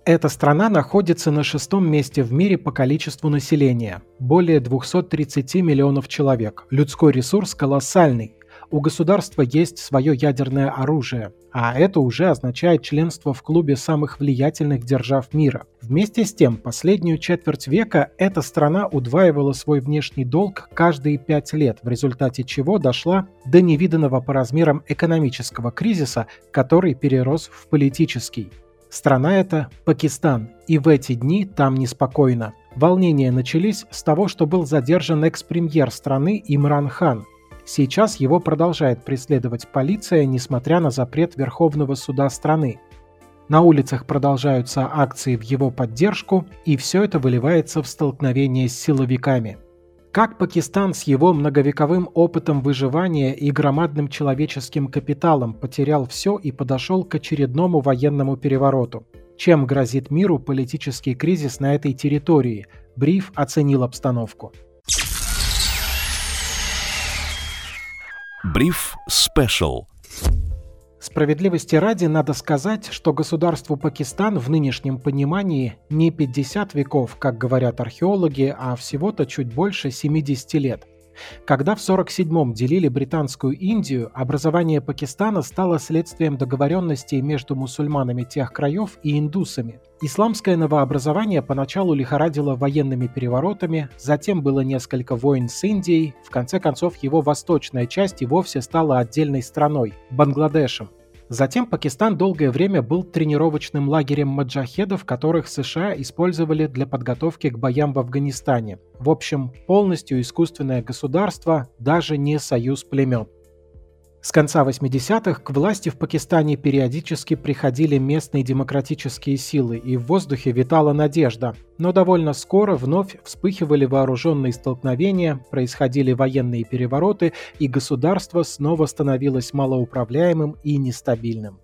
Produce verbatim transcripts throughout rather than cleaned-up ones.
Эта страна находится на шестом месте в мире по количеству населения – более двухсот тридцати миллионов человек. Людской ресурс колоссальный. У государства есть свое ядерное оружие, а это уже означает членство в клубе самых влиятельных держав мира. Вместе с тем, последнюю четверть века эта страна удваивала свой внешний долг каждые пять лет, в результате чего дошла до невиданного по размерам экономического кризиса, который перерос в политический. Страна эта – Пакистан, и в эти дни там неспокойно. Волнения начались с того, что был задержан экс-премьер страны Имран Хан. Сейчас его продолжает преследовать полиция, несмотря на запрет Верховного суда страны. На улицах продолжаются акции в его поддержку, и все это выливается в столкновение с силовиками. Как Пакистан с его многовековым опытом выживания и громадным человеческим капиталом потерял все и подошел к очередному военному перевороту? Чем грозит миру политический кризис на этой территории? Бриф оценил обстановку. Бриф Спешл. Справедливости ради надо сказать, что государству Пакистан в нынешнем понимании не пятьдесят веков, как говорят археологи, а всего-то чуть больше семидесяти лет. Когда в сорок седьмом делили британскую Индию, образование Пакистана стало следствием договоренностей между мусульманами тех краев и индусами. Исламское новообразование поначалу лихорадило военными переворотами, затем было несколько войн с Индией, в конце концов его восточная часть и вовсе стала отдельной страной – Бангладешем. Затем Пакистан долгое время был тренировочным лагерем маджахедов, которых США использовали для подготовки к боям в Афганистане. В общем, полностью искусственное государство, даже не союз племен. С конца восьмидесятых к власти в Пакистане периодически приходили местные демократические силы, и в воздухе витала надежда. Но довольно скоро вновь вспыхивали вооруженные столкновения, происходили военные перевороты, и государство снова становилось малоуправляемым и нестабильным.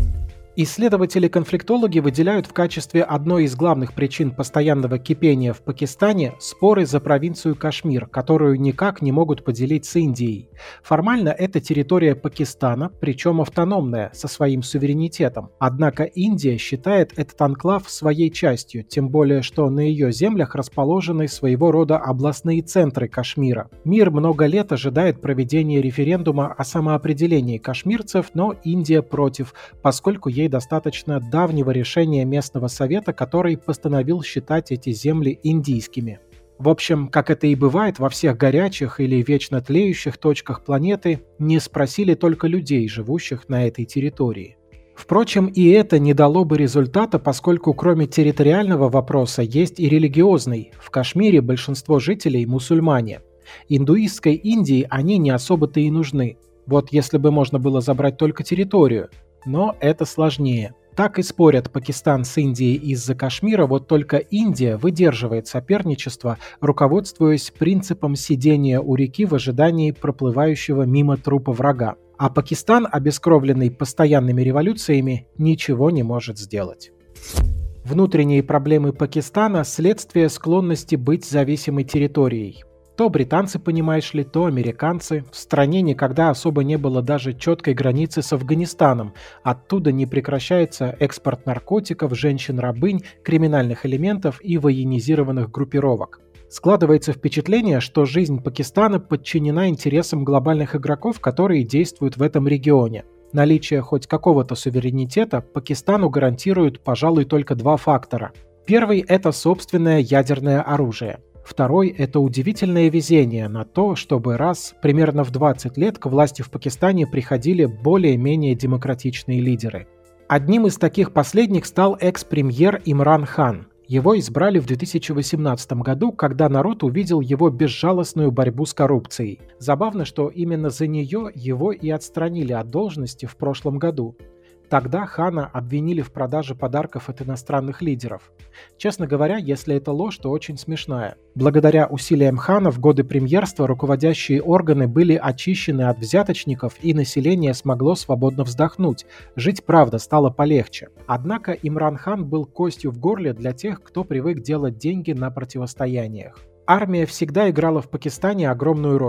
Исследователи-конфликтологи выделяют в качестве одной из главных причин постоянного кипения в Пакистане споры за провинцию Кашмир, которую никак не могут поделить с Индией. Формально это территория Пакистана, причем автономная, со своим суверенитетом. Однако Индия считает этот анклав своей частью, тем более что на ее землях расположены своего рода областные центры Кашмира. Мир много лет ожидает проведения референдума о самоопределении кашмирцев, но Индия против, поскольку ей достаточно давнего решения местного совета, который постановил считать эти земли индийскими. В общем, как это и бывает во всех горячих или вечно тлеющих точках планеты, не спросили только людей, живущих на этой территории. Впрочем, и это не дало бы результата, поскольку кроме территориального вопроса есть и религиозный. В Кашмире большинство жителей – мусульмане. Индуистской Индии они не особо-то и нужны. Вот если бы можно было забрать только территорию. Но это сложнее. Так и спорят Пакистан с Индией из-за Кашмира, вот только Индия выдерживает соперничество, руководствуясь принципом сидения у реки в ожидании проплывающего мимо трупа врага. А Пакистан, обескровленный постоянными революциями, ничего не может сделать. Внутренние проблемы Пакистана – следствие склонности быть зависимой территорией. То британцы, понимаешь ли, то американцы. В стране никогда особо не было даже четкой границы с Афганистаном. Оттуда не прекращается экспорт наркотиков, женщин-рабынь, криминальных элементов и военизированных группировок. Складывается впечатление, что жизнь Пакистана подчинена интересам глобальных игроков, которые действуют в этом регионе. Наличие хоть какого-то суверенитета Пакистану гарантирует, пожалуй, только два фактора. Первый – это собственное ядерное оружие. Второй – это удивительное везение на то, чтобы раз примерно в двадцать лет к власти в Пакистане приходили более-менее демократичные лидеры. Одним из таких последних стал экс-премьер Имран Хан. Его избрали в две тысячи восемнадцатом году, когда народ увидел его безжалостную борьбу с коррупцией. Забавно, что именно за нее его и отстранили от должности в прошлом году. Тогда Хана обвинили в продаже подарков от иностранных лидеров. Честно говоря, если это ложь, то очень смешная. Благодаря усилиям Хана в годы премьерства руководящие органы были очищены от взяточников, и население смогло свободно вздохнуть. Жить, правда, стало полегче. Однако Имран Хан был костью в горле для тех, кто привык делать деньги на противостояниях. Армия всегда играла в Пакистане огромную роль.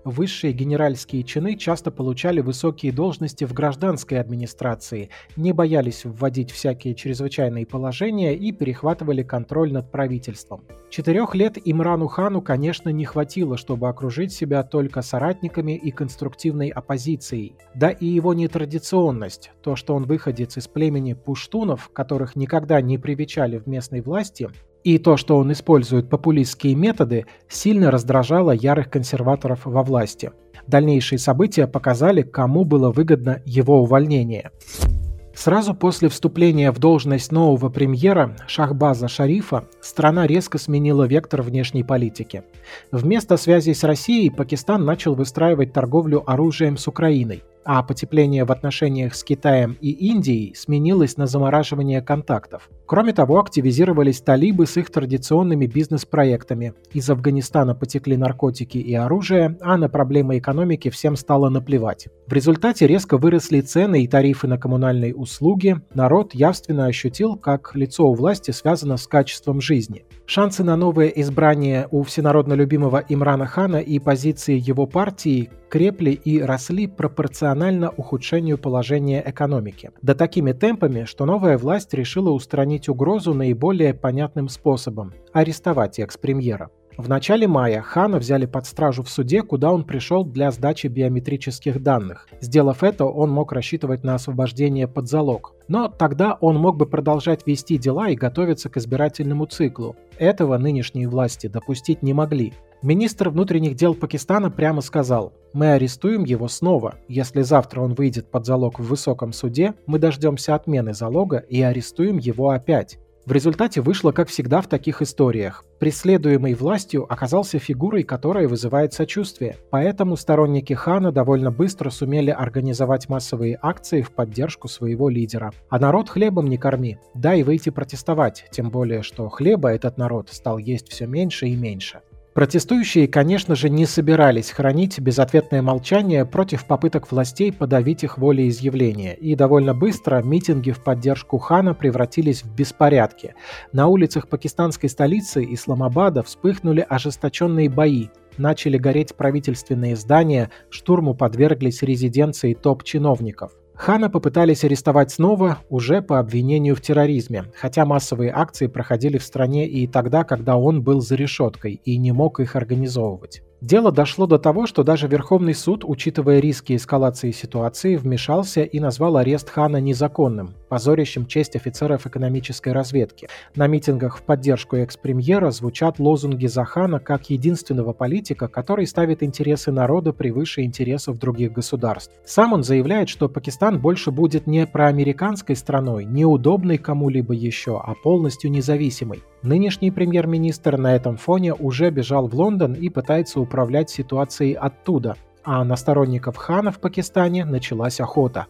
высшие генеральские чины часто получали высокие должности в гражданской администрации, не боялись вводить всякие чрезвычайные положения и перехватывали контроль над правительством. Четырех лет Имрану Хану, конечно, не хватило, чтобы окружить себя только соратниками и конструктивной оппозицией. Да и его нетрадиционность, то, что он выходец из племени пуштунов, которых никогда не привечали в местной власти, и то, что он использует популистские методы, сильно раздражало ярых консерваторов во власти. Дальнейшие события показали, кому было выгодно его увольнение. Сразу после вступления в должность нового премьера Шахбаза Шарифа страна резко сменила вектор внешней политики. Вместо связей с Россией Пакистан начал выстраивать торговлю оружием с Украиной, а потепление в отношениях с Китаем и Индией сменилось на замораживание контактов. Кроме того, активизировались талибы с их традиционными бизнес-проектами. Из Афганистана потекли наркотики и оружие, а на проблемы экономики всем стало наплевать. В результате резко выросли цены и тарифы на коммунальные услуги. Народ явственно ощутил, как лицо у власти связано с качеством жизни. Шансы на новое избрание у всенародно любимого Имрана Хана и позиции его партии крепли и росли пропорционально ухудшению положения экономики. Да такими темпами, что новая власть решила устранить угрозу наиболее понятным способом – арестовать экс-премьера. В начале мая Хана взяли под стражу в суде, куда он пришел для сдачи биометрических данных. Сделав это, он мог рассчитывать на освобождение под залог. Но тогда он мог бы продолжать вести дела и готовиться к избирательному циклу. Этого нынешние власти допустить не могли. Министр внутренних дел Пакистана прямо сказал: «Мы арестуем его снова. Если завтра он выйдет под залог в высоком суде, мы дождемся отмены залога и арестуем его опять». В результате вышло, как всегда в таких историях. Преследуемый властью оказался фигурой, которая вызывает сочувствие. Поэтому сторонники Хана довольно быстро сумели организовать массовые акции в поддержку своего лидера. А народ хлебом не корми, дай выйти протестовать, тем более, что хлеба этот народ стал есть все меньше и меньше. Протестующие, конечно же, не собирались хранить безответное молчание против попыток властей подавить их волеизъявления, и довольно быстро митинги в поддержку Хана превратились в беспорядки. На улицах пакистанской столицы Исламабада вспыхнули ожесточенные бои, начали гореть правительственные здания, штурму подверглись резиденции топ-чиновников. Хана попытались арестовать снова, уже по обвинению в терроризме, хотя массовые акции проходили в стране и тогда, когда он был за решеткой и не мог их организовывать. Дело дошло до того, что даже Верховный суд, учитывая риски эскалации ситуации, вмешался и назвал арест Хана незаконным, позорящим честь офицеров экономической разведки. На митингах в поддержку экс-премьера звучат лозунги за Хана как единственного политика, который ставит интересы народа превыше интересов других государств. Сам он заявляет, что Пакистан больше будет не проамериканской страной, не удобной кому-либо еще, а полностью независимой. Нынешний премьер-министр на этом фоне уже бежал в Лондон и пытается управлять ситуацией оттуда, а на сторонников Хана в Пакистане началась охота.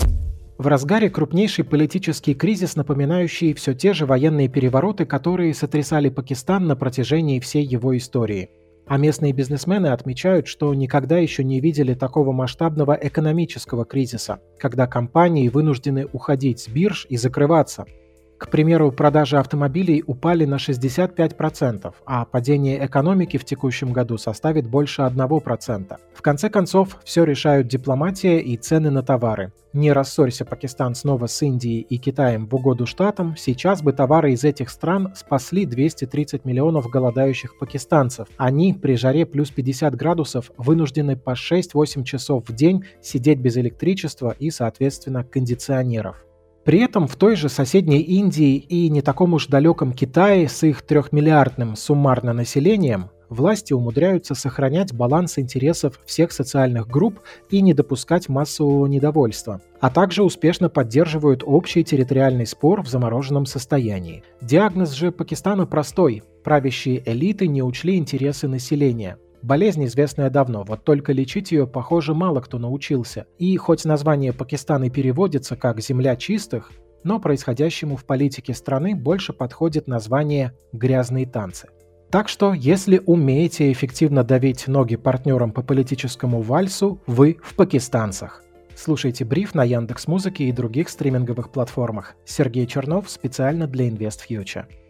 В разгаре крупнейший политический кризис, напоминающий все те же военные перевороты, которые сотрясали Пакистан на протяжении всей его истории. А местные бизнесмены отмечают, что никогда еще не видели такого масштабного экономического кризиса, когда компании вынуждены уходить с бирж и закрываться. К примеру, продажи автомобилей упали на шестьдесят пять процентов, а падение экономики в текущем году составит больше одного процента. В конце концов, все решают дипломатия и цены на товары. Не рассорься Пакистан снова с Индией и Китаем в угоду штатам, сейчас бы товары из этих стран спасли двести тридцать миллионов голодающих пакистанцев. Они при жаре плюс пятьдесят градусов вынуждены по шесть-восемь часов в день сидеть без электричества и, соответственно, кондиционеров. При этом в той же соседней Индии и не таком уж далеком Китае с их трехмиллиардным суммарно населением власти умудряются сохранять баланс интересов всех социальных групп и не допускать массового недовольства, а также успешно поддерживают общий территориальный спор в замороженном состоянии. Диагноз же Пакистана простой – правящие элиты не учли интересы населения. Болезнь известная давно, вот только лечить ее, похоже, мало кто научился. И хоть название Пакистана и переводится как «земля чистых», но происходящему в политике страны больше подходит название «грязные танцы». Так что, если умеете эффективно давить ноги партнерам по политическому вальсу, вы в пакистанцах. Слушайте бриф на Яндекс.Музыке и других стриминговых платформах. Сергей Чернов специально для InvestFuture.